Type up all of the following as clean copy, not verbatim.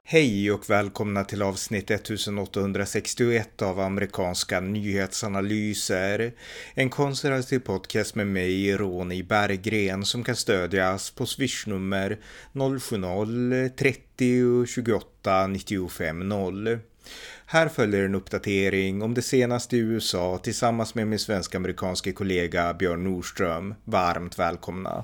Hej och välkomna till avsnitt 1861 av amerikanska nyhetsanalyser. En konservativ podcast med mig, Ronny Berggren, som kan stödjas på swishnummer 070-30 28 95 0. Här följer en uppdatering om det senaste i USA tillsammans med min svensk-amerikanske kollega Björn Nordström. Varmt välkomna.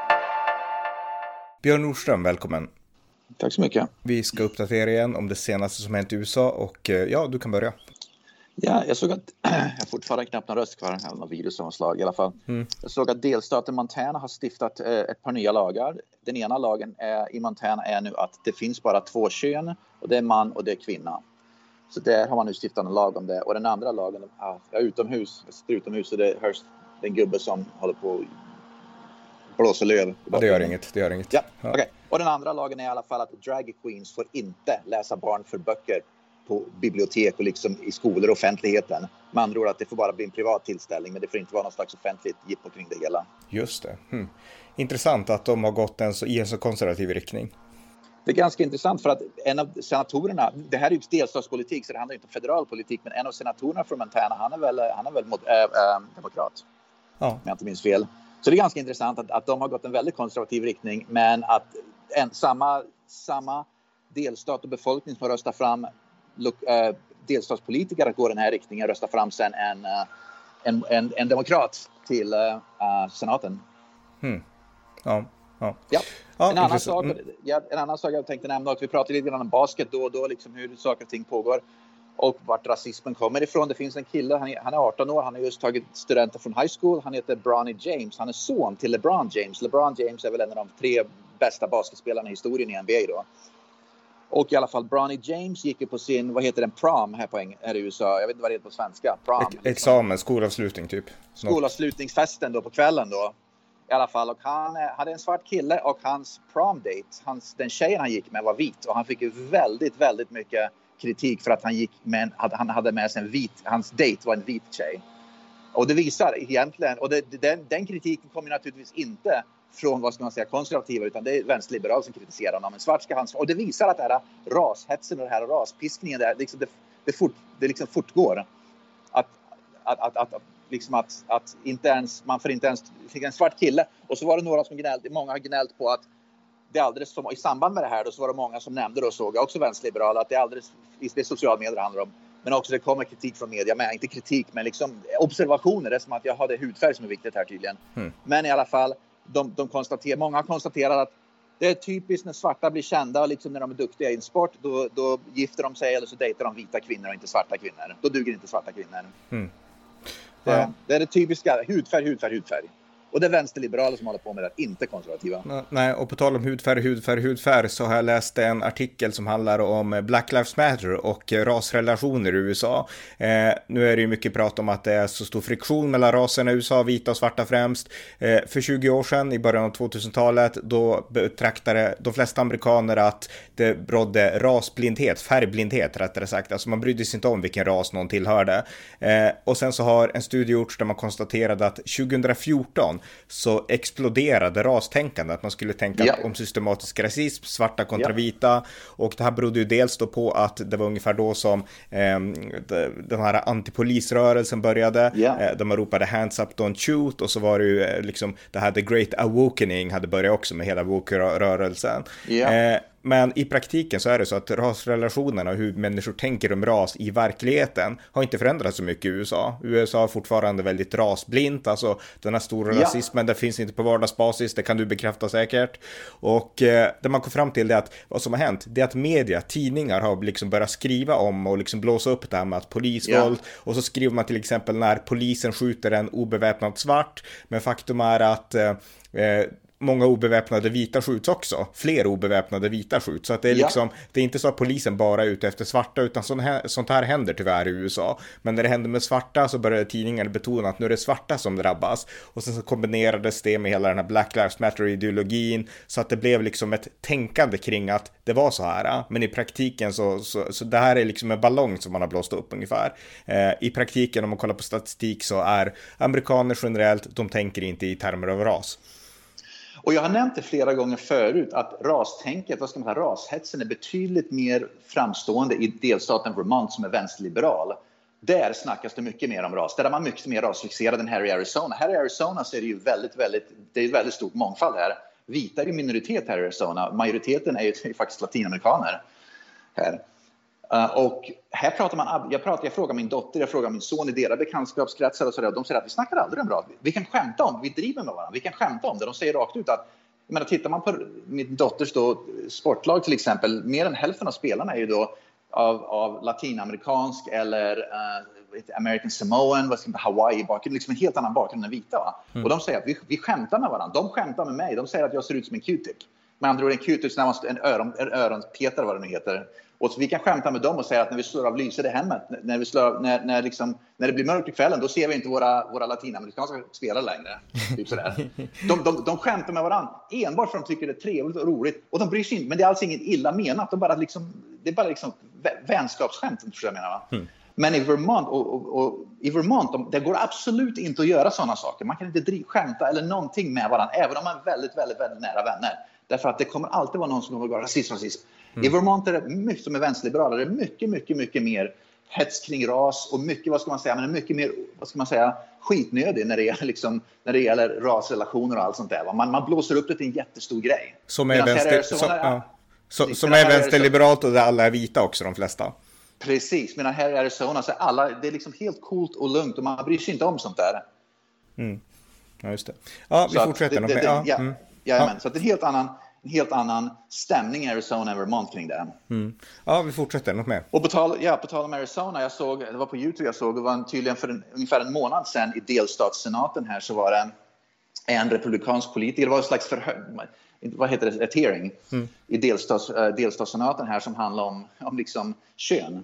Björn Nordström, välkommen. Tack så mycket. Vi ska uppdatera igen om det senaste som hänt i USA och ja, du kan börja. Ja, jag såg att jag fortfarande knappt någon röst kvar, eller något virusomslag i alla fall. Jag såg att delstaten Montana har stiftat ett par nya lagar. Den ena lagen i Montana är nu att det finns bara två kön, och det är man och det är kvinna. Så där har man nu stiftat en lag om det. Och den andra lagen, jag är utomhus, jag sitter utomhus och det hörs den gubbe som håller på att blåsa löv. Ja, det gör inget. Ja. Okej. Och den andra lagen är i alla fall att drag queens får inte läsa barn för böcker på bibliotek och liksom i skolor och offentligheten. Man andra ord att det får bara bli en privat tillställning, men det får inte vara någon slags offentligt jippo kring det hela. Just det. Intressant att de har gått i en så konservativ riktning. Det är ganska intressant för att en av senatorerna, det här är ju delstatspolitik så det handlar inte om federal politik, men en av senatorerna från Montana, han är väl demokrat. Ja. Om jag inte minns fel. Så det är ganska intressant att de har gått en väldigt konservativ riktning, men att samma delstat och befolkning som röstar fram delstatspolitiker att gå den här riktningen röstar fram sen en demokrat till senaten. Ja. En annan sak jag tänkte nämna, att vi pratar lite grann om basket då och då, liksom hur saker och ting pågår och vart rasismen kommer ifrån. Det finns en kille, han är 18 år, han har just tagit studenter från high school. Han heter Bronny James, han är son till LeBron James. LeBron James är väl en av de 3 bästa basketspelarna i historien i NBA då. Och i alla fall, Bronny James gick ju på sin, prom här i USA. Jag vet inte vad det heter på svenska. Prom. Examen, skolavslutning typ. Skolavslutningsfesten då på kvällen då. I alla fall, och han hade en svart kille och hans prom date, den tjejen han gick med var vit. Och han fick ju väldigt, väldigt mycket kritik för att han hade med sig hans date var en vit tjej. Och det visar egentligen, och den kritiken kommer naturligtvis inte från, vad ska man säga, konservativa, utan det är vänsterliberal som kritiserar honom. En svart ska och det visar att det här rashetsen och det här raspiskningen där, liksom det liksom fortgår. Att inte ens, man får inte ens fick en svart kille. Och så var det några som många har gnällt på att det är alldeles som, i samband med det här då, så var det många som nämnde och såg också vänsterliberala att det är alldeles, det är sociala medier det handlar om. Men också det kommer kritik från media med, inte kritik men liksom observationer, det är som att jag har det hudfärg som är viktigt här tydligen. Men i alla fall, många konstaterar att det är typiskt när svarta blir kända och liksom när de är duktiga i en sport, då gifter de sig eller så dejtar de vita kvinnor och inte svarta kvinnor. Då duger inte svarta kvinnor. Ja. Det är det typiska, hudfärg. Och det är vänsterliberaler som håller på med det, inte konservativa. Nej, och på tal om hudfärg så har jag läst en artikel som handlar om Black Lives Matter och rasrelationer i USA. Nu är det ju mycket prat om att det är så stor friktion mellan raserna i USA, vita och svarta främst. För 20 år sedan, i början av 2000-talet, då betraktade de flesta amerikaner att det rådde färgblindhet rättare sagt. Alltså man brydde sig inte om vilken ras någon tillhörde. Och sen så har en studie gjorts där man konstaterade att 2014 så exploderade rastänkande, att man skulle tänka om systematisk rasism, svarta kontra vita, och det här berodde ju dels då på att det var ungefär då som den här antipolisrörelsen började, där man ropade hands up, don't shoot, och så var det ju liksom det här The Great Awakening hade börjat också med hela woke-rörelsen. Men i praktiken så är det så att rasrelationerna och hur människor tänker om ras i verkligheten har inte förändrats så mycket i USA. USA är fortfarande väldigt rasblint, alltså den här stora rasismen, det finns inte på vardagsbasis, det kan du bekräfta säkert. Och det man kom fram till är att vad som har hänt, det är att media, tidningar har liksom börjat skriva om och liksom blåsa upp det här med att polisvåld, och så skriver man till exempel när polisen skjuter en obeväpnad svart, men faktum är att många obeväpnade vita skjuts också. Fler obeväpnade vita skjuts. Så att det är liksom, det är inte så att polisen bara är ute efter svarta, utan sånt här händer tyvärr i USA. Men när det händer med svarta så började tidningarna betona att nu är det svarta som drabbas. Och sen så kombinerades det med hela den här Black Lives Matter-ideologin, så att det blev liksom ett tänkande kring att det var så här. Men i praktiken så det här är liksom en ballong som man har blåst upp ungefär. I praktiken, om man kollar på statistik, så är amerikaner generellt, de tänker inte i termer av ras. Och jag har nämnt det flera gånger förut att rastänket, rashetsen är betydligt mer framstående i delstaten Vermont som är vänsterliberal. Där snackas det mycket mer om ras. Där är man mycket mer rasfixerad än här i Arizona. Här i Arizona så är det ju väldigt stort mångfald här. Vita är ju minoritet här i Arizona. Majoriteten är ju faktiskt latinamerikaner här. Och här pratar man, jag frågar min dotter, jag frågar min son i deras bekantskapskretsar och sådär. De säger att vi snackar aldrig om ras. Vi kan skämta om, vi driver med varandra. Vi kan skämta om det. De säger rakt ut att, jag menar, tittar man på min dotters sportlag till exempel, mer än hälften av spelarna är ju då av latinamerikansk eller American Samoan, Hawaii bakgrund, liksom en helt annan bakgrund än vita. Va? Och de säger att vi skämtar med varandra. De skämtar med mig. De säger att jag ser ut som en Q-tip. Med andra ord en Q-tip, en öronpetare vad det nu heter. Och så vi kan skämta med dem och säga att när vi slår av lyset i hemmet, när det blir mörkt i kvällen, då ser vi inte våra latinamerikanska spelare längre. Typ sådär. De skämtar med varandra enbart för att de tycker det är trevligt och roligt. Och de bryr sig inte, men det är alltså inget illa menat. Det är bara vänskapsskämt, tror jag menar. Va? Men i Vermont, det går absolut inte att göra sådana saker. Man kan inte skämta eller någonting med varandra, även om man är väldigt, väldigt, väldigt nära vänner. Därför att det kommer alltid vara någon som kommer att vara rasism. I Vermont är det mycket som är vänsterliberala. Det är mycket mer hets kring ras och mycket, men är mycket mer, skitnödig när det gäller rasrelationer och allt sånt där. Man blåser upp det till en jättestor grej. Som är vänsterliberalt och där alla är vita också, de flesta. Precis, medan här i Arizona så är alla, det är liksom helt coolt och lugnt och man bryr sig inte om sånt där. Ja, just det. Ja, vi fortsätter. Så att det är en helt annan stämning i Arizona än Vermont kring det. Ja, vi fortsätter. Något mer? Och på tal om Arizona, det var på YouTube det var tydligen för ungefär en månad sedan i delstatssenaten här så var det en republikansk politiker, det var en slags ett hearing i delstatssenaten här som handlar om liksom kön.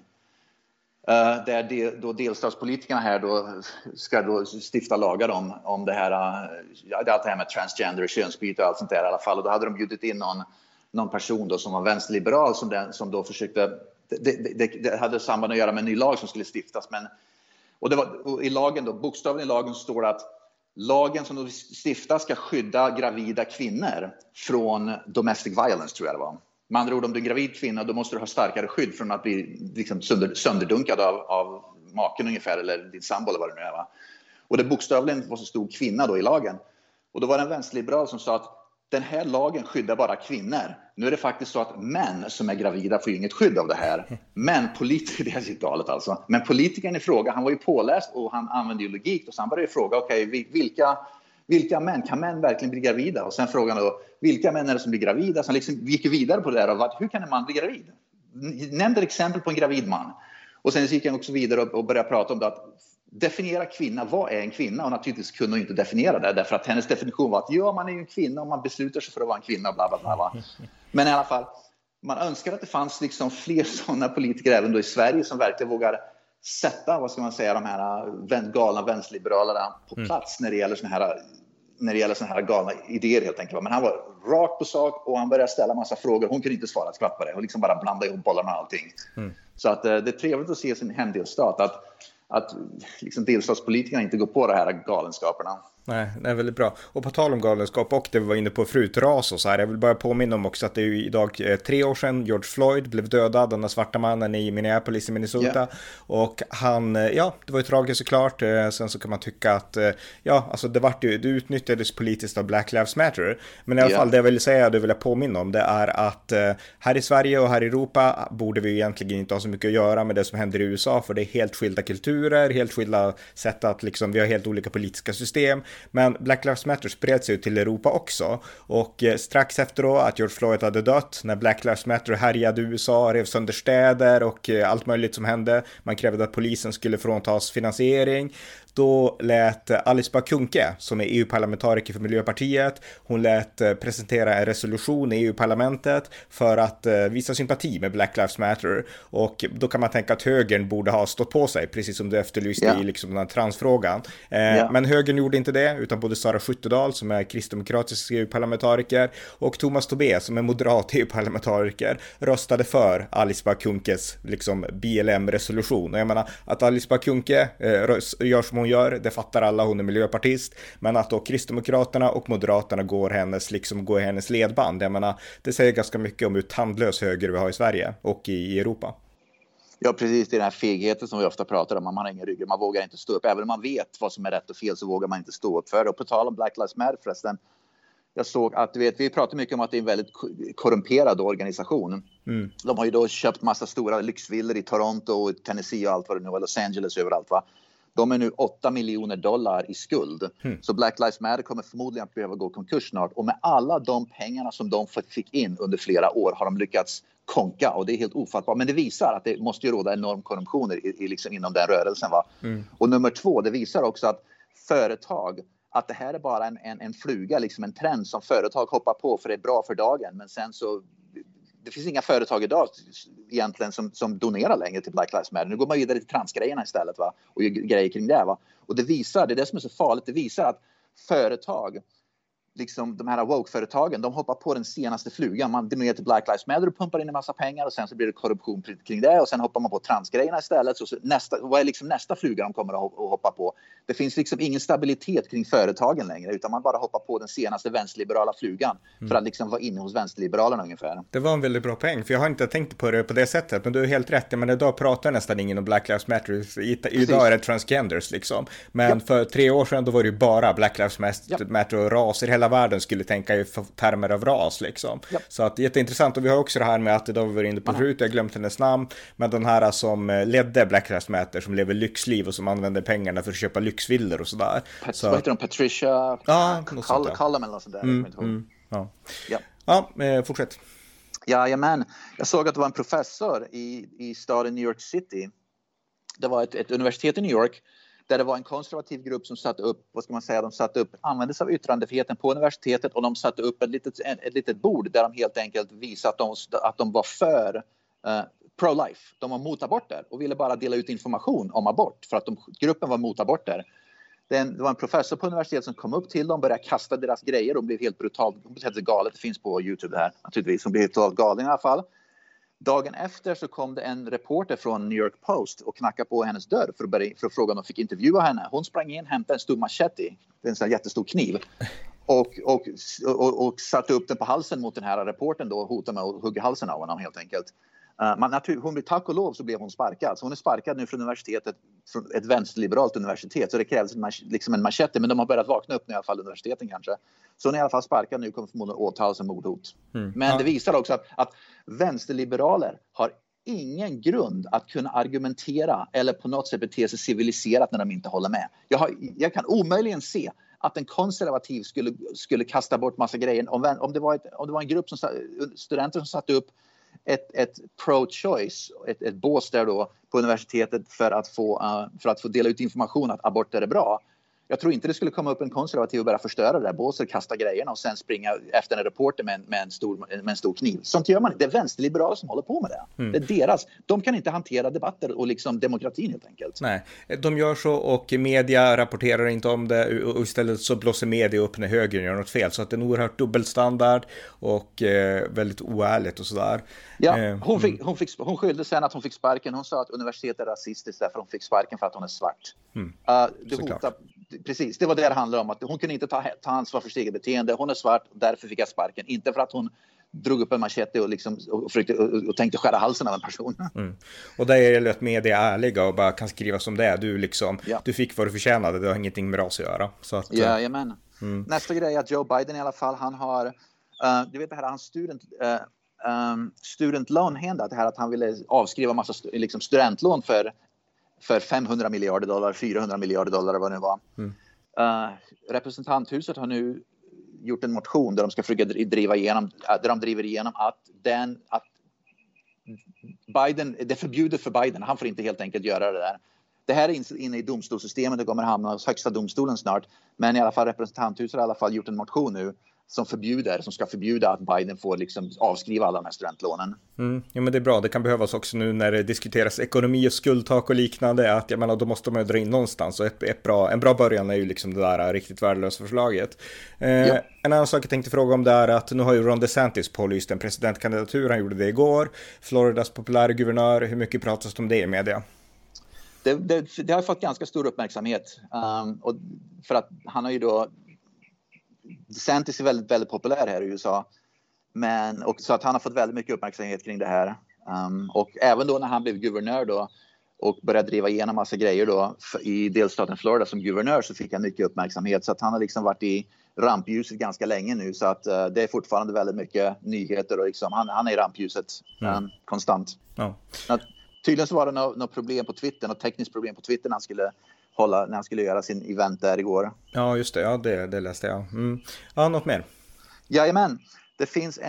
Där delstatspolitikerna här ska stifta lagar om det här, allt det här med transgender, könsbyte och allt sånt där i alla fall. Och då hade de bjudit in någon person då som var vänsterliberal som då försökte, det hade samband att göra med en ny lag som skulle stiftas. Och i lagen då, bokstavligen i lagen står det att lagen som då stiftas ska skydda gravida kvinnor från domestic violence, tror jag det var. Med andra ord, om du är gravid kvinna, då måste du ha starkare skydd från att bli liksom sönderdunkad av maken ungefär, eller din sambo eller vad det nu är. Va? Och det bokstavligen var så stor kvinna då i lagen. Och då var det en vänsterliberal som sa att den här lagen skyddar bara kvinnor. Nu är det faktiskt så att män som är gravida får inget skydd av det här. Men det är så galet alltså. Men politikern i fråga, han var ju påläst och han använde ju logik. Och så han började fråga, okej, vilka män, kan män verkligen bli gravida? Och sen frågade han då, vilka män är det som blir gravida? Så han liksom gick vidare på det där och hur kan en man bli gravid? Nämnde exempel på en gravid man. Och sen gick han också vidare och började prata om det att definiera kvinna, vad är en kvinna? Och naturligtvis kunde hon inte definiera det därför att hennes definition var att man är ju en kvinna och man beslutar sig för att vara en kvinna, bla bla bla. Va? Men i alla fall, man önskar att det fanns liksom fler sådana politiker även då i Sverige som verkligen vågar sätta, de här galna vänsterliberalerna på plats när det gäller såna här galna idéer helt enkelt. Men han var rakt på sak och han började ställa massa frågor. Hon kunde inte svara ett skvatt på det och liksom bara blanda ihop bollarna och allting. Så att det är trevligt att se sin hemdelstat att liksom delstatspolitikerna inte går på de här galenskaperna. Nej, det är väldigt bra. Och på tal om galenskap och det vi var inne på förut, ras och så här. Jag vill bara påminna om också att det är ju idag 3 år sedan George Floyd blev dödad, den där svarta mannen i Minneapolis i Minnesota. Yeah. Och han, det var ju tragiskt såklart. Sen så kan man tycka att, alltså det utnyttjades politiskt av Black Lives Matter. Men i alla fall det jag vill säga, det vill jag påminna om, det är att här i Sverige och här i Europa borde vi egentligen inte ha så mycket att göra med det som händer i USA. För det är helt skilda kulturer, helt skilda sätt att liksom, vi har helt olika politiska system. Men Black Lives Matter spred sig till Europa också. Och strax efter då att George Floyd hade dött, när Black Lives Matter härjade i USA, rev sönder städer och allt möjligt som hände. Man krävde att polisen skulle fråntas finansiering. Då lät Alice Bah Kuhnke, som är EU-parlamentariker för Miljöpartiet, hon lät presentera en resolution i EU-parlamentet för att visa sympati med Black Lives Matter. Och då kan man tänka att högern borde ha stått på sig, precis som du efterlyste i liksom den här transfrågan. Men högern gjorde inte det, utan både Sara Skyttedal, som är kristdemokratisk EU-parlamentariker, och Thomas Tobé, som är moderat EU-parlamentariker, röstade för Alice Bah Kuhnkes liksom BLM-resolution. Och jag menar, att Alice Bah Kuhnke gör som hon hon gör, det fattar alla, hon är miljöpartist, men att då Kristdemokraterna och Moderaterna går hennes ledband, jag menar, det säger ganska mycket om hur tandlös höger vi har i Sverige och i Europa. Ja, precis, det är den här fegheten som vi ofta pratar om. Man har ingen rygg, man vågar inte stå upp. Även om man vet vad som är rätt och fel så vågar man inte stå upp för det. Och på tal om Black Lives Matter förresten, jag såg att, vi pratar mycket om att det är en väldigt korrumperad organisation. De har ju då köpt massa stora lyxvillor i Toronto, Tennessee och allt vad det nu är, Los Angeles, överallt va. De är nu $8 miljoner i skuld. Så Black Lives Matter kommer förmodligen att behöva gå konkurs snart. Och med alla de pengarna som de fick in under flera år har de lyckats konka. Och det är helt ofattbart. Men det visar att det måste ju råda enorm korruption liksom inom den rörelsen. Va? Och nummer 2, det visar också att företag, att det här är bara en fluga, liksom en trend som företag hoppar på för det är bra för dagen. Men sen så, det finns inga företag idag egentligen som donerar längre till Black Lives Matter. Nu går man vidare till transgrejerna istället va? Och gör grejer kring det. Va? Och det visar, det är det som är så farligt, det visar att företag, liksom de här woke-företagen, de hoppar på den senaste flugan. Man donerar till Black Lives Matter och pumpar in en massa pengar och sen så blir det korruption kring det och sen hoppar man på transgrejerna istället. Så vad är liksom nästa fluga de kommer att hoppa på? Det finns liksom ingen stabilitet kring företagen längre utan man bara hoppar på den senaste vänsterliberala flugan för att liksom vara inne hos vänsterliberalerna ungefär. Det var en väldigt bra poäng, för jag har inte tänkt på det på det sättet, men du är helt rätt. Men idag pratar nästan ingen om Black Lives Matter. Idag är det transgenders liksom. Men för 3 år sedan då var det ju bara Black Lives Matter och raser. Hela världen skulle tänka i termer av ras liksom. Så att jätteintressant. Och vi har också det här med att idag vi var inne på förut, jag glömt hennes namn, men den här som ledde Black Lives Matter, som lever lyxliv och som använder pengarna för att köpa lyxvillor och sådär. Vad heter de? Patricia Cullum eller något sånt där. Fortsätt. Jajamän. Jag såg att det var en professor i staden New York City. Det var ett universitet i New York där det var en konservativ grupp som satte upp, använde sig av yttrandefriheten på universitetet och de satte upp ett litet bord där de helt enkelt visade att de var för pro-life. De var mot aborter och ville bara dela ut information om abort för att gruppen var mot aborter. Det var en professor på universitetet som kom upp till dem, började kasta deras grejer och blev helt brutalt galet. Det finns på YouTube det här naturligtvis. Hon blev helt galen i alla fall. Dagen efter så kom det en reporter från New York Post och knackade på hennes dörr för att fråga om de fick intervjua henne. Hon sprang in, hämtade en stor machete, en sån jättestor kniv och satte upp den på halsen mot den här reportern då och hotade med att hugga halsen av honom helt enkelt. Hon blev tack och lov så blev hon sparkad. Så hon är sparkad nu från universitetet, från ett vänsterliberalt universitet. Så det krävs liksom en machete, men de har börjat vakna upp nu i alla fall, universiteten kanske. Så hon är i alla fall sparkad nu, kommer förmodligen åtalas som mordhot. Men det visar också att vänsterliberaler har ingen grund att kunna argumentera eller på något sätt bete sig civiliserat när de inte håller med. Jag kan omöjligen se att en konservativ skulle kasta bort massa grejer. Om det var en grupp studenter som satte upp ett pro-choice, ett bås där då på universitetet för att få dela ut information att aborter är bra. Jag tror inte det skulle komma upp en konservativ och bara förstöra det där båset, kasta grejerna och sen springa efter en reporter med en stor kniv. Sånt gör man inte. Det är vänsterliberaler som håller på med det. Det är deras. De kan inte hantera debatter och liksom demokratin helt enkelt. Nej, de gör så och media rapporterar inte om det och istället så blåser media upp när högern gör något fel. Så att det är en oerhört dubbelstandard och väldigt oärligt och sådär. Ja, hon skyllde sen att hon fick sparken. Hon sa att universitetet är rasistiskt därför hon fick sparken för att hon är svart. Precis, det var det handlade om. Att hon kunde inte ta ansvar för sitt eget beteende. Hon är svart, därför fick jag sparken. Inte för att hon drog upp en machete och tänkte skära halsen av en person. Och där är det att media är ärliga och bara kan skriva som det är. Du fick vad du förtjänade, det har ingenting med ras att göra. Så att, jajamän. Nästa grej är att Joe Biden i alla fall, han har, du vet det här, hans student loan handout, det här att han ville avskriva massa studentlån för $500 miljarder, $400 miljarder vad det nu var. Representanthuset har nu gjort en motion där de ska försöka driver igenom att Biden, det är förbjudet för Biden, han får inte helt enkelt göra det där. Det här är inne i domstolssystemet, det kommer hamna hos högsta domstolen snart, men i alla fall representanthuset har i alla fall gjort en motion nu som ska förbjuda att Biden får liksom avskriva alla de här studentlånen. Ja, men det är bra. Det kan behövas också nu när det diskuteras ekonomi och skuldtak och liknande, att jag menar, då måste man ju dra in någonstans, och en bra början är ju liksom det där riktigt värdelösa förslaget. En annan sak jag tänkte fråga om det är att nu har ju Ron DeSantis pålyst en presidentkandidatur, han gjorde det igår, Floridas populära guvernör. Hur mycket pratas det om det i media? Det har fått ganska stor uppmärksamhet. Och för att han har ju då... DeSantis är väldigt, väldigt populär här i USA. Och så att han har fått väldigt mycket uppmärksamhet kring det här. Och även då när han blev guvernör då och började driva igenom massa grejer då i delstaten Florida som guvernör, så fick han mycket uppmärksamhet. Så att han har liksom varit i rampljuset ganska länge nu. Så att det är fortfarande väldigt mycket nyheter och liksom, han är i rampljuset konstant. Ja. Tydligen så var det något problem på Twitter, något tekniskt problem på Twitter när han skulle göra sin event där igår. Ja, just det. Ja, det läste jag. Ja, något mer? Jajamän. Det finns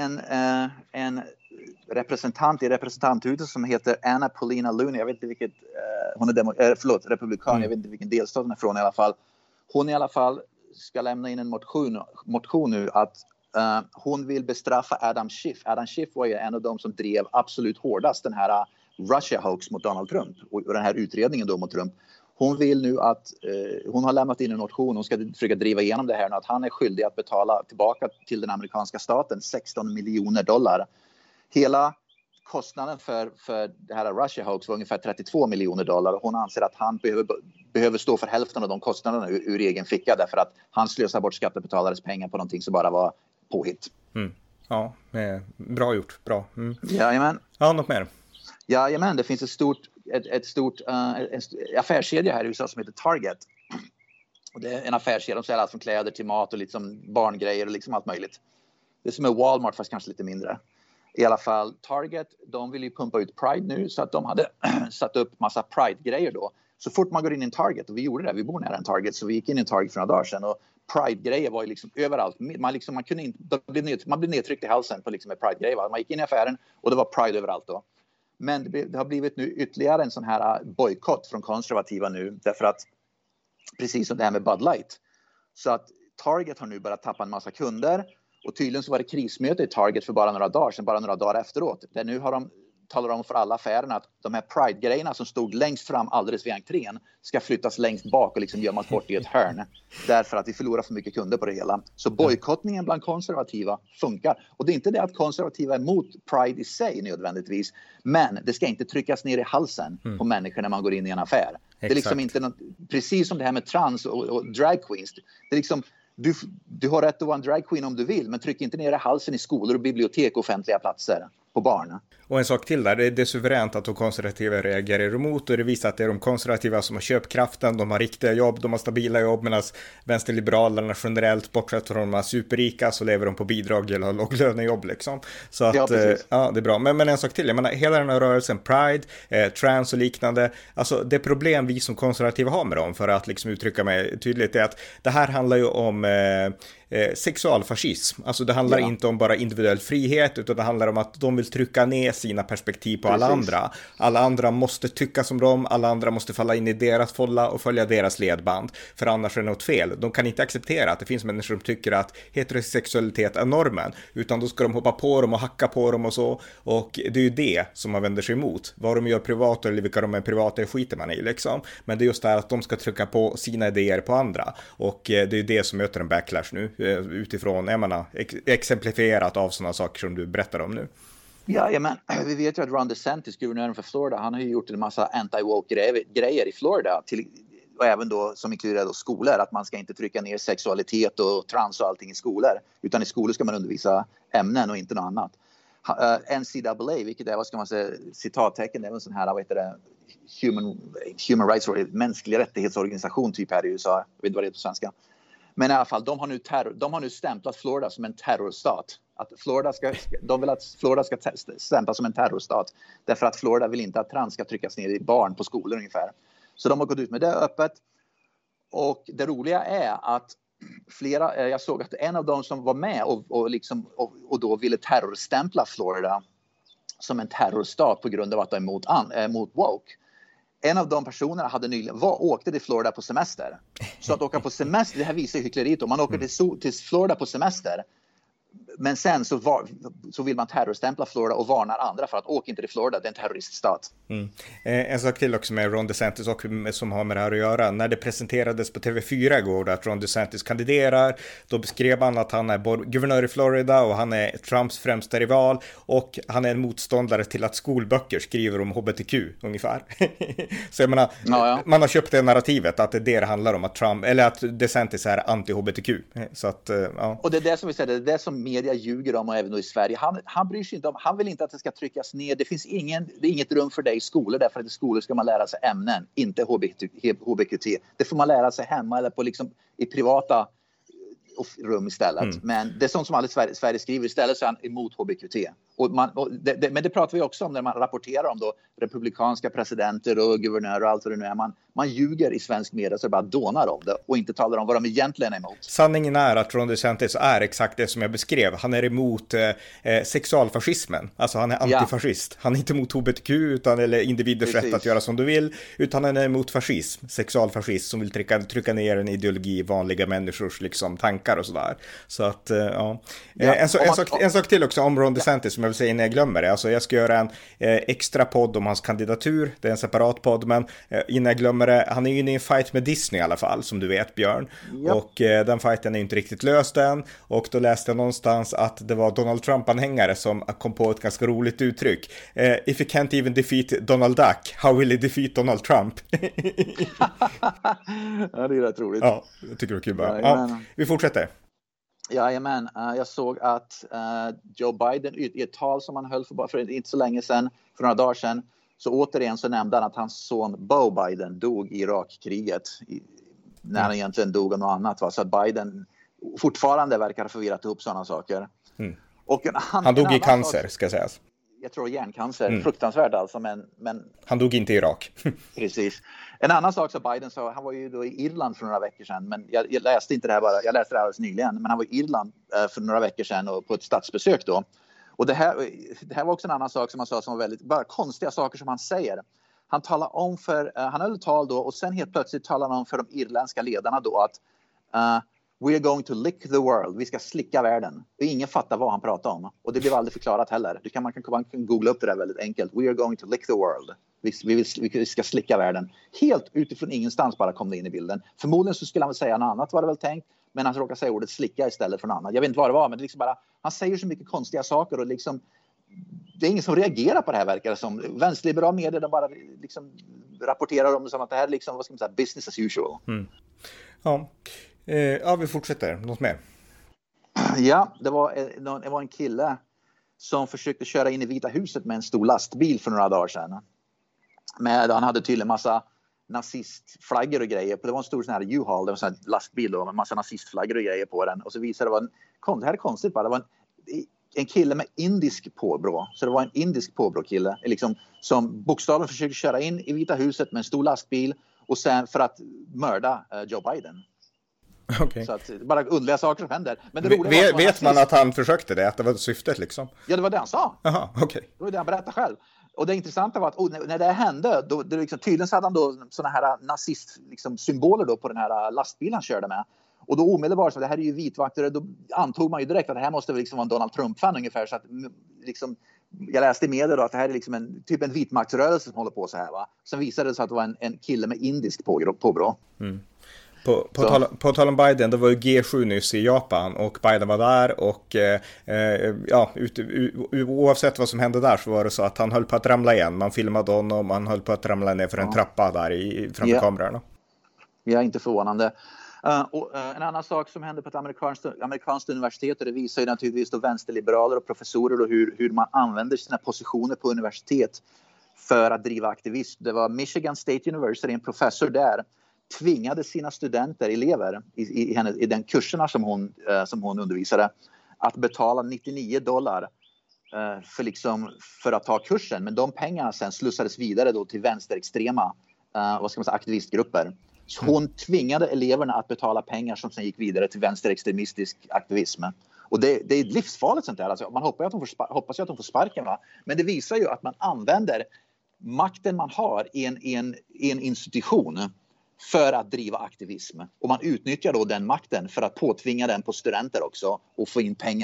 en representant i representanthuset som heter Anna Paulina Looney. Jag vet inte vilket, hon är republikan. Jag vet inte vilken delstat hon är från i alla fall. Hon i alla fall ska lämna in en motion nu att hon vill bestraffa Adam Schiff. Adam Schiff var ju en av de som drev absolut hårdast den här Russia hoax mot Donald Trump och den här utredningen då mot Trump. Hon vill nu att hon har lämnat in en motion. Hon ska försöka driva igenom det här nu, att han är skyldig att betala tillbaka till den amerikanska staten $16 miljoner. Hela kostnaden för det här Russia hoax var ungefär $32 miljoner. Hon anser att han behöver stå för hälften av de kostnaderna ur egen ficka, därför att han slösar bort skattebetalares pengar på någonting som bara var påhitt. Ja, bra gjort. Bra. Jajamän. Ja, något mer? Jajamän, det finns en affärskedja här i USA som heter Target. Och det är en affärskedja, de säljer allt från kläder till mat och liksom barngrejer och liksom allt möjligt. Det är som är Walmart fast kanske lite mindre. I alla fall Target, de vill ju pumpa ut Pride nu, så att de hade satt upp massa Pride-grejer då. Så fort man går in i en Target, och vi gjorde det, vi bor nära en Target, så vi gick in i en Target för några dagar sedan, och Pride-grejer var ju liksom överallt. Man kunde inte, man blev nedtryckt i halsen på liksom en Pride-grej. Man gick in i affären och det var Pride överallt då. Men det har blivit nu ytterligare en sån här bojkott från konservativa nu, därför att precis som det här med Bud Light, så att Target har nu börjat tappa en massa kunder, och tydligen så var det krismöte i Target för bara några dagar sedan, bara några dagar efteråt, där nu har de talar om för alla affärerna att de här Pride-grejerna som stod längst fram alldeles vid entrén ska flyttas längst bak och liksom gömmas bort i ett hörn, därför att vi förlorar för mycket kunder på det hela. Så bojkottningen bland konservativa funkar. Och det är inte det att konservativa är emot Pride i sig nödvändigtvis, men det ska inte tryckas ner i halsen på människor när man går in i en affär. Exakt. Det är liksom inte något, precis som det här med trans och drag queens. Det är liksom, du har rätt att vara en drag queen om du vill, men tryck inte ner i halsen i skolor och bibliotek och offentliga platser på barn. Och en sak till där, det är suveränt att de konservativa reagerar emot, och det visar att det är de konservativa som har köpkraften, de har riktiga jobb, de har stabila jobb, medan vänsterliberalerna generellt, bortsett från de här superrika, så lever de på bidrag eller låglönejobb liksom. Så att, ja, det är bra. Men en sak till, jag menar, hela den här rörelsen, Pride, trans och liknande, alltså det problem vi som konservativa har med dem, för att liksom uttrycka mig tydligt, är att det här handlar ju om sexualfascism. Alltså det handlar inte om bara individuell frihet, utan det handlar om att de vill trycka ner sina perspektiv på alla andra. Alla andra måste tycka som dem, alla andra måste falla in i deras folla och följa deras ledband, för annars är det något fel. De kan inte acceptera att det finns människor som tycker att heterosexualitet är normen, utan då ska de hoppa på dem och hacka på dem och så, och det är ju det som man vänder sig emot. Vad de gör privat eller vilka de är privata skiter man i liksom, men det är just det här att de ska trycka på sina idéer på andra, och det är ju det som möter en backlash nu, utifrån, jag menar, exemplifierat av sådana saker som du berättar om nu. Ja, men vi vet ju att Ron DeSantis, guvernören för Florida, han har ju gjort en massa anti-woke-grejer i Florida, och även då som inkluderar då skolor, att man ska inte trycka ner sexualitet och trans och allting i skolor, utan i skolor ska man undervisa ämnen och inte något annat. NCAA, vilket är, vad ska man säga, citattecken, det är en sån här, vad heter det, human rights, mänsklig rättighetsorganisation typ här i USA, jag vet inte vad det är på svenska. Men i alla fall, de har nu stämplat Florida som en terrorstat. De vill att Florida ska stämplas som en terrorstat. Därför att Florida vill inte att trans ska tryckas ner i barn på skolor ungefär. Så de har gått ut med det öppet. Och det roliga är att jag såg att en av dem som var med och då ville terrorstämpla Florida som en terrorstat på grund av att de är emot woke. En av de personerna hade nyligen åkte till Florida på semester. Så att åka på semester, det här visar ju hyckleriet. Om man åker till Florida på semester, Men sen så vill man terrorstämpla Florida och varnar andra för att åka inte till Florida, det är en terroriststat. En sak till också med Ron DeSantis och som har med det här att göra. När det presenterades på TV4 igår att Ron DeSantis kandiderar, då beskrev han att han är guvernör i Florida och han är Trumps främsta rival och han är en motståndare till att skolböcker skriver om HBTQ ungefär. Så jag menar, man har köpt det narrativet att det är det handlar om, att Trump, eller att DeSantis är anti-HBTQ. Så att, ja. Och det är det som vi säger, det är det som media ljuger om, och även då i Sverige. Han bryr sig inte om, han vill inte att det ska tryckas ner. Det finns inget rum för det i skolor, därför att i skolor ska man lära sig ämnen, inte HBQT. Det får man lära sig hemma eller på liksom i privata rum istället. Men det är sånt som alla Sverige skriver, istället så är han emot HBQT. Men det pratar vi också om när man rapporterar om då republikanska presidenter och guvernörer och allt vad det nu är. Man ljuger i svensk media så det bara dånar om det och inte talar om vad de egentligen är emot. Sanningen är att Ron DeSantis är exakt det som jag beskrev. Han är emot sexualfascismen. Alltså han är antifascist. Han är inte emot HBTQ eller individers rätt att göra som du vill, utan han är emot fascism, sexualfascism som vill trycka ner en ideologi i vanliga människors liksom tankar och sådär. Så att, ja. En sak till också om Ron DeSantis som jag vill säga innan jag glömmer det. Alltså jag ska göra en extra podd om hans kandidatur. Det är en separat podd, men innan jag glömmer det, han är ju inne i en fight med Disney i alla fall, som du vet, Björn. Yep. Och den fighten är inte riktigt löst än. Och då läste jag någonstans att det var Donald Trump-anhängare som kom på ett ganska roligt uttryck. If you can't even defeat Donald Duck, how will you defeat Donald Trump? Ja, det är rätt roligt. Ja, jag tycker det är kul bara. Ja, vi fortsätter. Jajamän, jag såg att Joe Biden i ett tal som han höll för inte så länge sedan, för några dagar sedan, så återigen så nämnde han att hans son Beau Biden dog i Irakkriget när han egentligen dog av något annat. Va? Så att Biden fortfarande verkar ha förvirrat ihop sådana saker. Och han dog i cancer, ska sägas. Jag tror hjärncancer, fruktansvärt alltså, men... Han dog inte i Irak. Precis. En annan sak som Biden sa, han var ju då i Irland för några veckor sedan, men jag läste inte det här bara, jag läste det här alldeles nyligen, men han var i Irland för några veckor sedan och på ett statsbesök då. Och det här var också en annan sak som han sa som var väldigt, bara konstiga saker som han säger. Han talar om han höll ett tal då och sen helt plötsligt talar han om för de irländska ledarna då att we are going to lick the world. Vi ska slicka världen. Och ingen fattar vad han pratar om. Och det blev aldrig förklarat heller. Man kan googla upp det där väldigt enkelt. We are going to lick the world. Vi ska slicka världen. Helt utifrån ingenstans bara kom det in i bilden. Förmodligen så skulle han väl säga något annat, var det väl tänkt. Men han råkar säga ordet slicka istället för något annat. Jag vet inte vad det var, men det liksom bara, han säger så mycket konstiga saker och liksom, det är ingen som reagerar på det här, verkar det som. Vänsterliberal media, de bara liksom rapporterar om det som att det här är liksom, vad ska man säga, business as usual. Ja, vi fortsätter. Något mer? Ja, det var en kille som försökte köra in i Vita huset med en stor lastbil för några dagar sedan. Han hade tydligen massa nazistflaggor och grejer. Det var en stor sån här U-Haul, det var en sån här lastbil då, med massa nazistflaggor och grejer på den. Och så visade det här är konstigt bara, det var en kille med indisk påbrå. Så det var en indisk påbrå-kille liksom, som bokstavligen försökte köra in i Vita huset med en stor lastbil och sen för att mörda Joe Biden. Okay. Så att bara underliga saker som händer. Men det roliga vet man att han försökte det? Att det var syftet liksom? Ja, det var det han sa. Aha, okay. Det var det han berättade själv. Och det intressanta var att när det hände, då, det liksom, tydligen så hade han då såna här nazist-symboler då på den här lastbilen han körde med. Och då omedelbart så det här är ju vitvakter, då antog man ju direkt att det här måste väl liksom vara en Donald Trump-fan ungefär. Så att liksom, jag läste i media då att det här är liksom en vitmaktsrörelse som håller på så här, va. Sen visade det sig att det var en kille med indisk påbrå. På tal om Biden, det var ju G7 nyss i Japan och Biden var där och oavsett vad som hände där så var det så att han höll på att ramla igen. Man filmade honom och han höll på att ramla ner för en trappa där framför kamerorna. Ja, inte förvånande. En annan sak som hände på ett amerikanskt universitet, och det visar ju naturligtvis då vänsterliberaler och professorer och hur man använder sina positioner på universitet för att driva aktivism. Det var Michigan State University, en professor där tvingade sina elever i den kurserna som hon undervisade att betala $99 för att ta kursen, men de pengarna sen slussades vidare då till vänsterextrema aktivistgrupper. Så hon tvingade eleverna att betala pengar som sen gick vidare till vänsterextremistisk aktivism. Och det är livsfarligt sånt där. Alltså, man hoppas ju att de får sparken, va? Men det visar ju att man använder makten man har i en institution för att driva aktivism. Och man utnyttjar då den makten för att påtvinga den på studenter också och få in pengar.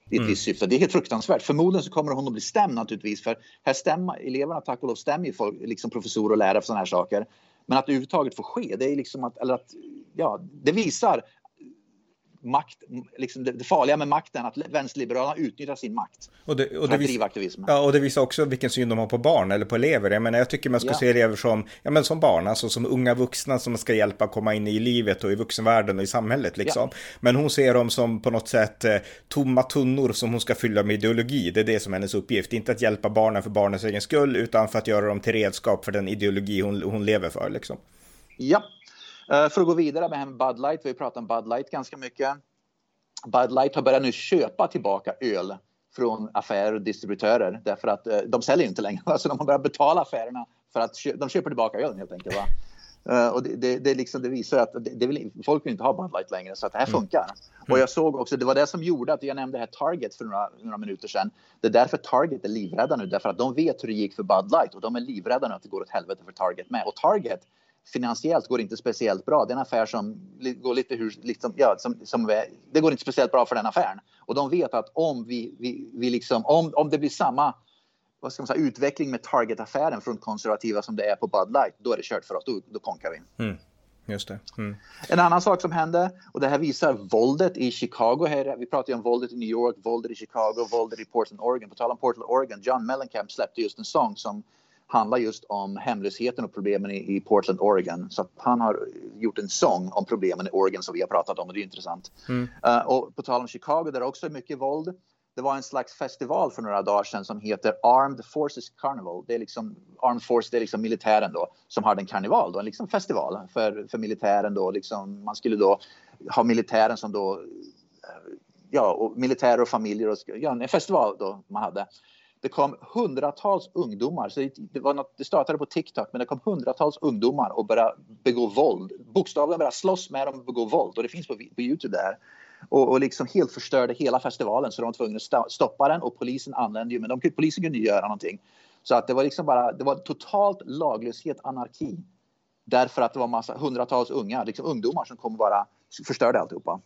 i ett visst syfte. Det är helt fruktansvärt. Förmodligen så kommer hon att bli stämd naturligtvis, för här stämmer eleverna, tack och lov, stämmer ju folk, liksom professorer och lärare för sådana här saker. Men att det överhuvudtaget får ske, det är liksom det visar makt, liksom det farliga med makten, att vänsterliberalerna utnyttjar sin makt för att driva aktivism. Ja, och det visar också vilken syn de har på barn eller på elever. Jag tycker man ska se elever som barn, alltså som unga vuxna som ska hjälpa komma in i livet och i vuxenvärlden och i samhället liksom. Ja. Men hon ser dem som på något sätt tomma tunnor som hon ska fylla med ideologi. Det är det som är hennes uppgift. Inte att hjälpa barnen för barnens egen skull, utan för att göra dem till redskap för den ideologi hon lever för liksom. Ja. För att gå vidare med Bud Light, vi har pratat om Bud Light ganska mycket. Bud Light har börjat nu köpa tillbaka öl från affärer och distributörer, därför att de säljer inte längre. Alltså de har börjat betala affärerna för att de köper tillbaka öl helt enkelt. Va? Och det visar att folk vill inte ha Bud Light längre, så att det här funkar. Och jag såg också, det var det som gjorde att jag nämnde här Target för några minuter sedan. Det är därför Target är livrädda nu, därför att de vet hur det gick för Bud Light och de är livrädda nu att det går åt helvete för Target med. Och Target finansiellt går inte speciellt bra. Det är en affär som går lite det går inte speciellt bra för den affären. Och de vet att om om det blir samma utveckling med Target-affären från konservativa som det är på Bud Light, då är det kört för oss. Då konkar vi. Just det. En annan sak som hände, och det här visar våldet i Chicago. Vi pratar ju om våldet i New York, våldet i Chicago, våldet i Portland, Oregon. På tal om Portland, Oregon, John Mellencamp släppte just en sång som handlar just om hemlösheten och problemen i Portland, Oregon. Så han har gjort en sång om problemen i Oregon som vi har pratat om, och det är intressant. Och på tal om Chicago, där är också mycket våld. Det var en slags festival för några dagar sedan som heter Armed Forces Carnival. Det är liksom Armed Force, det är liksom militären då som har en karneval då, en liksom festival för militären då. Liksom, man skulle då ha militären som då, och militärer och familjer och en festival då man hade. Det kom hundratals ungdomar, så det startade på TikTok, men det kom hundratals ungdomar och började begå våld. Bokstavligen började slåss med dem och begå våld, och det finns på YouTube där. Och liksom helt förstörde hela festivalen, så de var tvungna att stoppa den, och polisen anlände ju, men polisen kunde ju göra någonting. Så att det var liksom det var totalt laglöshet, anarki. Därför att det var hundratals ungdomar som kom och bara förstörde alltihopa.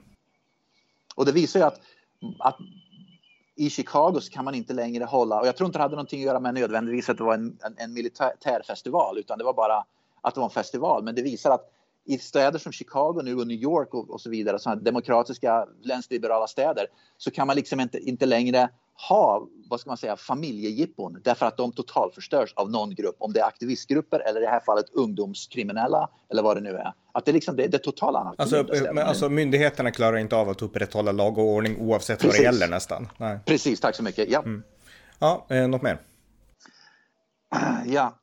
Och det visar ju att i Chicago så kan man inte längre hålla, och jag tror inte det hade någonting att göra med nödvändigtvis att det var en militärfestival, utan det var bara att det var en festival. Men det visar att i städer som Chicago nu och New York och så vidare, sådana demokratiska vänsterliberala städer, så kan man liksom inte längre ha, familjejippon, därför att de totalförstörs av någon grupp, om det är aktivistgrupper eller i det här fallet ungdomskriminella eller vad det nu är. Att det liksom det är totala anarki. Alltså myndigheterna klarar inte av att upprätthålla lag och ordning oavsett vad det gäller nästan. Nej. Precis, tack så mycket. Ja. Ja, något mer? Ja.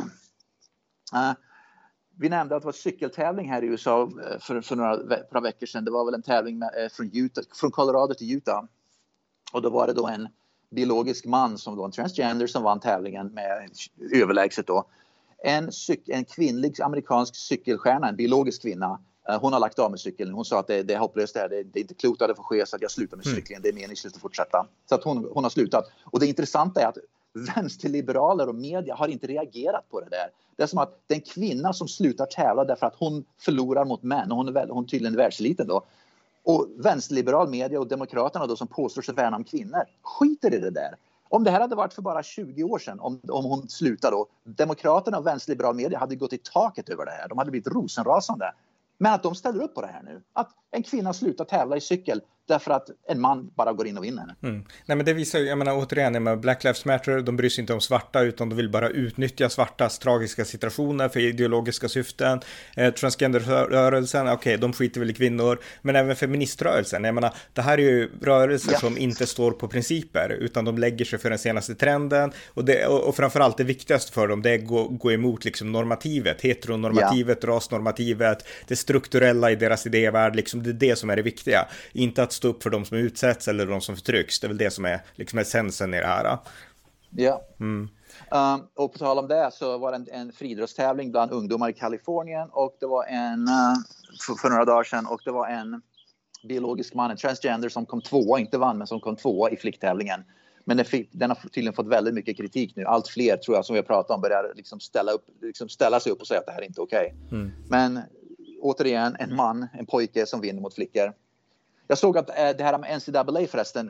Vi nämnde att det var cykeltävling här i USA för några veckor sedan. Det var väl en tävling från Colorado till Utah. Och då var det då en biologisk man som var en transgender som vann tävlingen med överlägset då. En kvinnlig amerikansk cykelstjärna, en biologisk kvinna. Hon har lagt av med cykeln. Hon sa att det är hopplöst det här. Det är inte klokt att det får ske, så att jag slutar med cykeln. Det är meningslöst att fortsätta. Så att hon har slutat. Och det intressanta är att vänsterliberaler och media har inte reagerat på det där. Det är som att det är en kvinna som slutar tävla därför att hon förlorar mot män. Och hon tydligen världseliten då. Och vänsterliberal media och demokraterna då som påstår sig värna om kvinnor skiter i det där. Om det här hade varit för bara 20 år sedan, om hon slutade då, demokraterna och vänsterliberal media hade gått i taket över det här. De hade blivit rosenrasande. Men att de ställer upp på det här nu. Att en kvinna slutar tävla i cykel därför att en man bara går in och vinner. Nej, men det visar ju, jag menar återigen, med Black Lives Matter, de bryr sig inte om svarta utan de vill bara utnyttja svartas tragiska situationer för ideologiska syften. Transgenderrörelsen, okej, de skiter väl i kvinnor, men även feministrörelsen. Jag menar, det här är ju rörelser som inte står på principer utan de lägger sig för den senaste trenden och framförallt det viktigaste för dem, det är att gå emot liksom normativet, heteronormativet, rasnormativet, det strukturella i deras idévärld, liksom det är det som är det viktiga. Inte att stå upp för de som utsätts eller de som förtrycks. Det är väl det som är liksom essensen i det här. Ja. Och på tal om det så var det en friidrottstävling bland ungdomar i Kalifornien, och det var för några dagar sedan, och det var en biologisk man, en transgender, som kom tvåa, inte vann, men som kom tvåa i flicktävlingen. Men den har tydligen fått väldigt mycket kritik nu. Allt fler, tror jag, som vi har pratat om, börjar liksom ställa sig upp och säga att det här är inte okej. Men återigen, en pojke som vinner mot flickor. Jag såg att det här med NCAA förresten,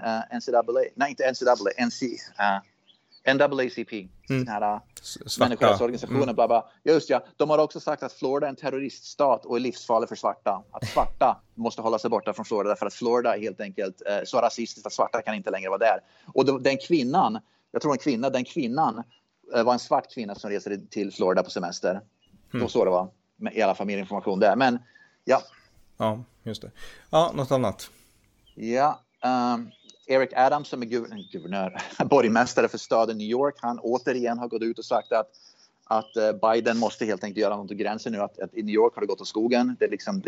NAACP, den här människorättsorganisationen, bla bla. Just ja, de har också sagt att Florida är en terroriststat och är livsfarlig för svarta. Att svarta måste hålla sig borta från Florida därför att Florida är helt enkelt så rasistiskt att svarta kan inte längre vara där. Och den kvinnan, jag tror den kvinnan var en svart kvinna som reser till Florida på semester. Så det var, i alla fall mer information där. Men ja. Ja, just det. Ja, något annat. Ja, Eric Adams som är borgmästare för staden New York, han återigen har gått ut och sagt att Biden måste helt enkelt göra något åt gränsen nu, att i New York har det gått åt skogen.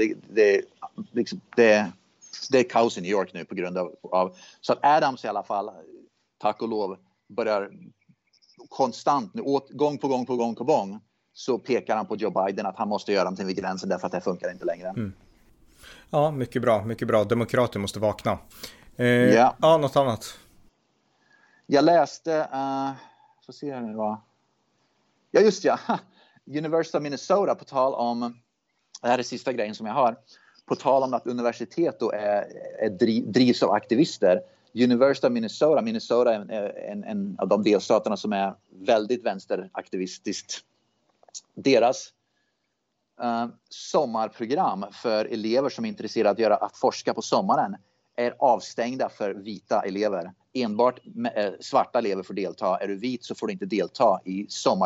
Det är kaos i New York nu på grund av så att Adams i alla fall, tack och lov, börjar konstant nu, gång på gång så pekar han på Joe Biden att han måste göra någonting vid gränsen därför att det funkar inte längre. Ja, mycket bra. Demokrater måste vakna. Ja, något annat. Jag läste, får se här nu va. Ja, just ja. University of Minnesota, på tal om, det här är sista grejen som jag har, på tal om att universitet då drivs av aktivister. University of Minnesota är en av de delstaterna som är väldigt vänsteraktivistiskt. Deras sommarprogram för elever som är intresserade av att forska på sommaren är avstängda för vita elever. Enbart svarta elever får delta. Är du vit så får du inte delta i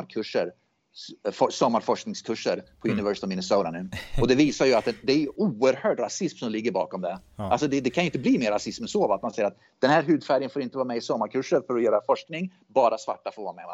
sommarforskningskurser på University of Minnesota nu. Och det visar ju att det är oerhörd rasism som ligger bakom det. Ja. Alltså det kan ju inte bli mer rasism än så, att man säger att den här hudfärgen får inte vara med i sommarkurser för att göra forskning, bara svarta får vara med. Va?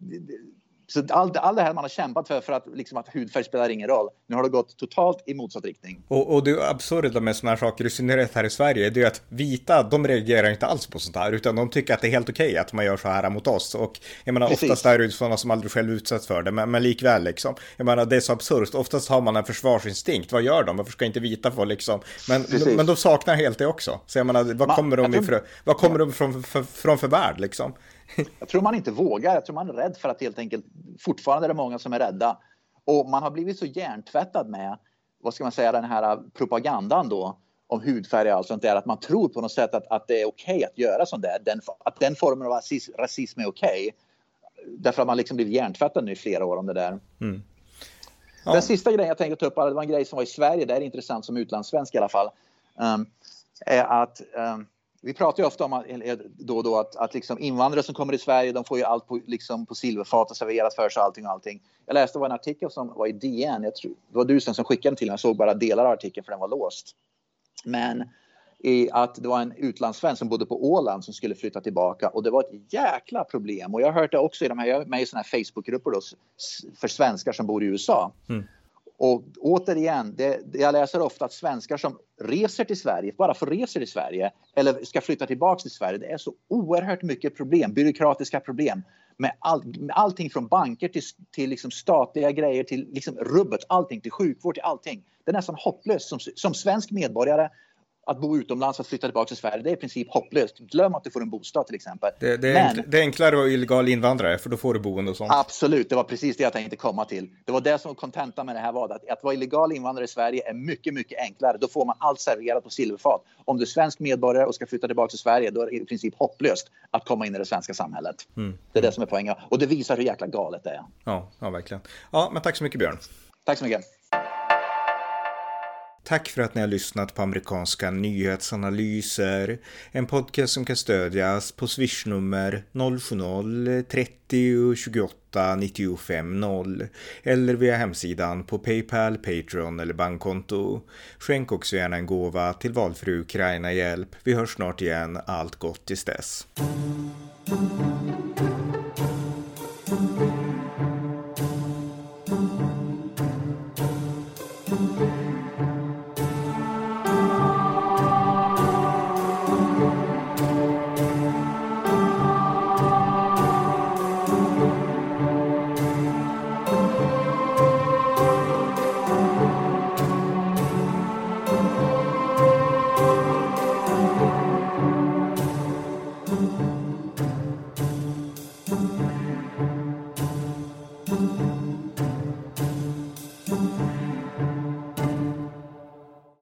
Så allt det här man har kämpat för att, liksom, att hudfärg spelar ingen roll. Nu har det gått totalt i motsatt riktning. Och det absurda med såna här saker, i synnerhet här i Sverige, det är att vita, de reagerar inte alls på sånt här, utan de tycker att det är helt okej att man gör så här mot oss. Och jag menar, oftast är det sådana som aldrig själv utsätts för det, men likväl liksom. Jag menar, det är så absurt. Oftast har man en försvarsinstinkt. Vad gör de? Varför ska inte vita få liksom? Men de saknar helt det också. Så jag menar, vad kommer de från för värld liksom? Jag tror man inte vågar. Jag tror man är rädd för att helt enkelt, fortfarande är det många som är rädda. Och man har blivit så hjärntvättad med, vad ska man säga, den här propagandan då om hudfärg och allt sånt där, att man tror på något sätt att det är okej att göra sånt där. Att den formen av rasism är okej. Därför att man liksom blivit hjärntvättad nu i flera år om det där. Ja. Den sista grejen jag tänkte ta upp, det var en grej som var i Sverige, det är intressant som utlandssvensk i alla fall, är att vi pratar ju ofta om att liksom invandrare som kommer i Sverige, de får ju allt på silverfat och serverat för sig allting. Jag läste en artikel som var i DN, jag tror det var du som skickade till mig, jag såg bara delar av artikeln för den var låst. Men att det var en utlandssvensk som bodde på Åland som skulle flytta tillbaka, och det var ett jäkla problem. Och jag har hört det också jag är med i såna här Facebookgrupper då, för svenskar som bor i USA. Och återigen, jag läser ofta att svenskar som reser till Sverige, bara får resa till Sverige eller ska flytta tillbaka till Sverige, det är så oerhört mycket problem, byråkratiska problem med allting från banker till liksom statliga grejer, till liksom rubbet, allting, till sjukvård, till allting. Det är nästan hopplöst som svensk medborgare att bo utomlands och flytta tillbaka till Sverige. Det är i princip hopplöst. Glöm att du får en bostad till exempel. Det är enklare att vara illegal invandrare, för då får du boende och sånt. Absolut, det var precis det jag tänkte komma till. Det var det som kontentan med det här var. Att vara illegal invandrare i Sverige är mycket, mycket enklare. Då får man allt serverat på silverfat. Om du är svensk medborgare och ska flytta tillbaka till Sverige, då är det i princip hopplöst att komma in i det svenska samhället. Det är det som är poängen. Och det visar hur jäkla galet det är. Ja, verkligen. Ja, men tack så mycket, Björn. Tack så mycket. Tack för att ni har lyssnat på amerikanska nyhetsanalyser. En podcast som kan stödjas på Swish-nummer 070-30 28 95 0 eller via hemsidan på PayPal, Patreon eller bankkonto. Skänk också gärna en gåva till valfri Ukraina-hjälp. Vi hörs snart igen. Allt gott tills dess. Thank you.